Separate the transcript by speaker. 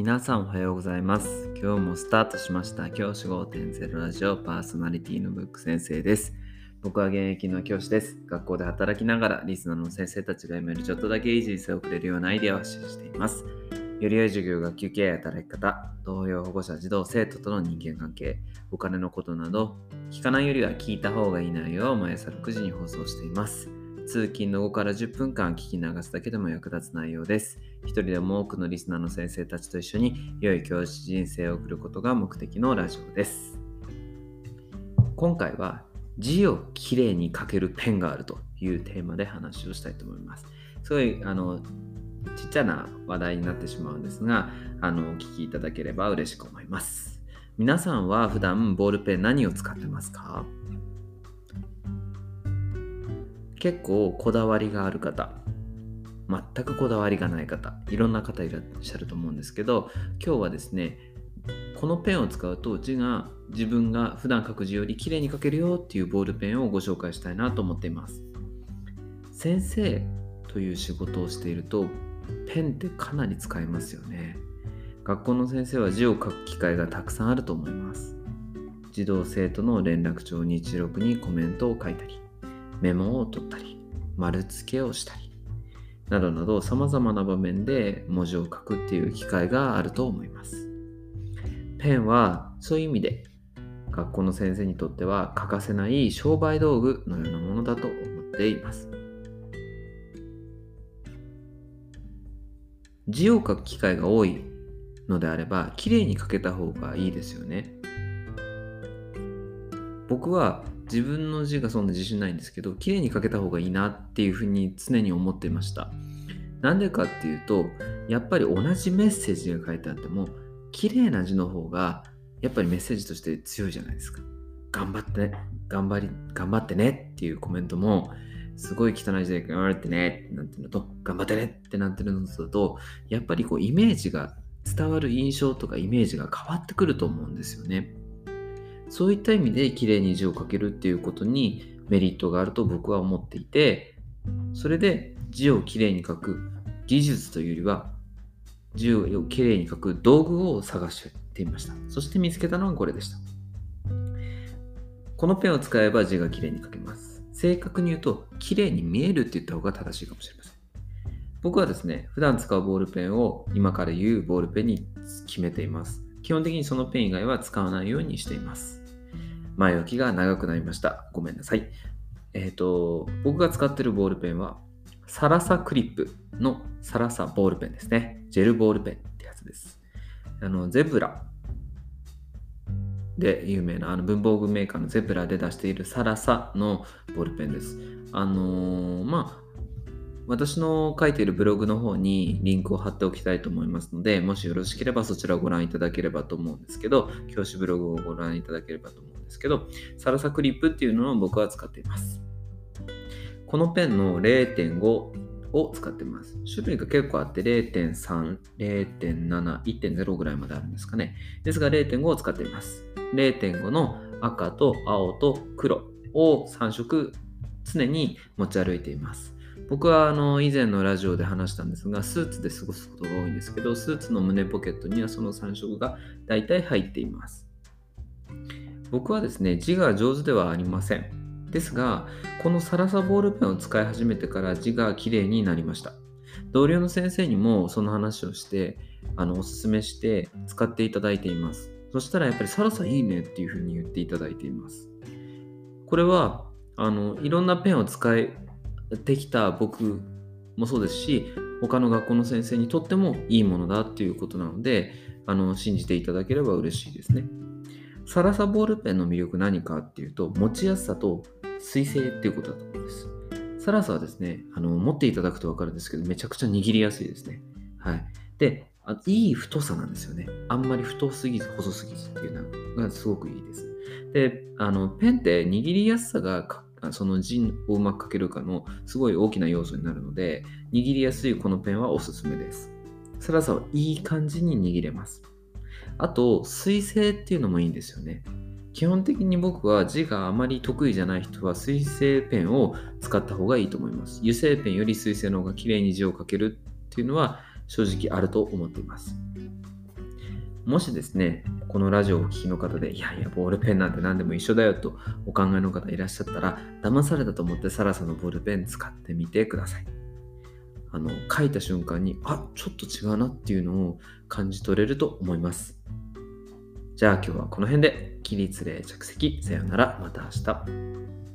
Speaker 1: 皆さんおはようございます。今日もスタートしました教師 5.0 ラジオパーソナリティのブック先生です。僕は現役の教師です。学校で働きながらリスナーの先生たちが読めるちょっとだけいい人生を送れるようなアイデアを発信しています。より良い授業、学級経営、働き方、同僚、保護者、児童、生徒との人間関係、お金のことなど、聞かないよりは聞いた方がいい内容を毎朝6時に放送しています。通勤の5から10分間聞き流すだけでも役立つ内容です。一人でも多くのリスナーの先生たちと一緒に良い教師人生を送ることが目的のラジオです。今回は字をきれいに書けるペンがあるというテーマで話をしたいと思います。すごいちっちゃな話題になってしまうんですが、お聞きいただければ嬉しく思います。皆さんは普段ボールペン何を使ってますか？結構こだわりがある方、全くこだわりがない方、いろんな方いらっしゃると思うんですけど、今日はですね、このペンを使うと字が自分が普段書く字よりきれいに書けるよっていうボールペンをご紹介したいなと思っています。先生という仕事をしているとペンってかなり使いますよね。学校の先生は字を書く機会がたくさんあると思います。児童生徒の連絡帳、日録にコメントを書いたり、メモを取ったり、丸付けをしたりなどなど、様々な場面で文字を書くっていう機会があると思います。ペンはそういう意味で学校の先生にとっては欠かせない商売道具のようなものだと思っています。字を書く機会が多いのであれば、きれいに書けた方がいいですよね。僕は自分の字がそんな自信ないんですけど、きれいに書けた方がいいなっていうふうに常に思っていました。なんでかっていうと、やっぱり同じメッセージが書いてあっても、きれいな字の方がやっぱりメッセージとして強いじゃないですか。頑張ってねっていうコメントも、すごい汚い字で頑張ってねってなってるのと、頑張ってねってなってるのと、やっぱりイメージが伝わる印象とかイメージが変わってくると思うんですよね。そういった意味で綺麗に字を書けるっていうことにメリットがあると僕は思っていて、それで字をきれいに書く技術というよりは字をきれいに書く道具を探してみました。そして見つけたのがこれでした。このペンを使えば字がきれいに書けます。正確に言うときれいに見えるって言った方が正しいかもしれません。僕はですね、普段使うボールペンを今から言うボールペンに決めています。基本的にそのペン以外は使わないようにしています。前置きが長くなりました。ごめんなさい。僕が使っているボールペンはサラサクリップのサラサボールペンですね。ジェルボールペンってやつです。ゼブラで有名な文房具メーカーのゼブラで出しているサラサのボールペンです。私の書いているブログの方にリンクを貼っておきたいと思いますので、もしよろしければそちらをご覧いただければと思うんですけど、教師ブログをご覧いただければと思うんですけど、サラサクリップっていうのを僕は使っています。このペンの 0.5 を使っています。種類が結構あって 0.3、0.7、1.0 ぐらいまであるんですかね。ですが 0.5 を使っています。0.5 の赤と青と黒を3色常に持ち歩いています。僕は以前のラジオで話したんですが、スーツで過ごすことが多いんですけど、スーツの胸ポケットにはその3色がだいたい入っています。僕はですね、字が上手ではありません。ですが、このサラサボールペンを使い始めてから字がきれいになりました。同僚の先生にもその話をしておすすめして使っていただいています。そしたらやっぱりサラサいいねっていうふうに言っていただいています。これはいろんなペンを使ってきた僕もそうですし、他の学校の先生にとってもいいものだっていうことなので、信じていただければ嬉しいですね。サラサボールペンの魅力何かっていうと、持ちやすさと水性っていうことだと思うんです。サラサはですね、持っていただくと分かるんですけど、めちゃくちゃ握りやすいですね。はい。で、いい太さなんですよね。あんまり太すぎず細すぎずっていうのがすごくいいです。で、ペンって握りやすさがその字をうまく書けるかのすごい大きな要素になるので、握りやすいこのペンはおすすめです。サラサはいい感じに握れます。あと、水性っていうのもいいんですよね。基本的に僕は字があまり得意じゃない人は水性ペンを使った方がいいと思います。油性ペンより水性の方が綺麗に字を書けるっていうのは正直あると思っています。 もしですね、このラジオをお聞きの方で、いやいや、ボールペンなんて何でも一緒だよとお考えの方いらっしゃったら、騙されたと思ってサラさんのボールペン使ってみてください。書いた瞬間に、ちょっと違うなっていうのを感じ取れると思います。じゃあ今日はこの辺で、起立礼着席、さようなら、また明日。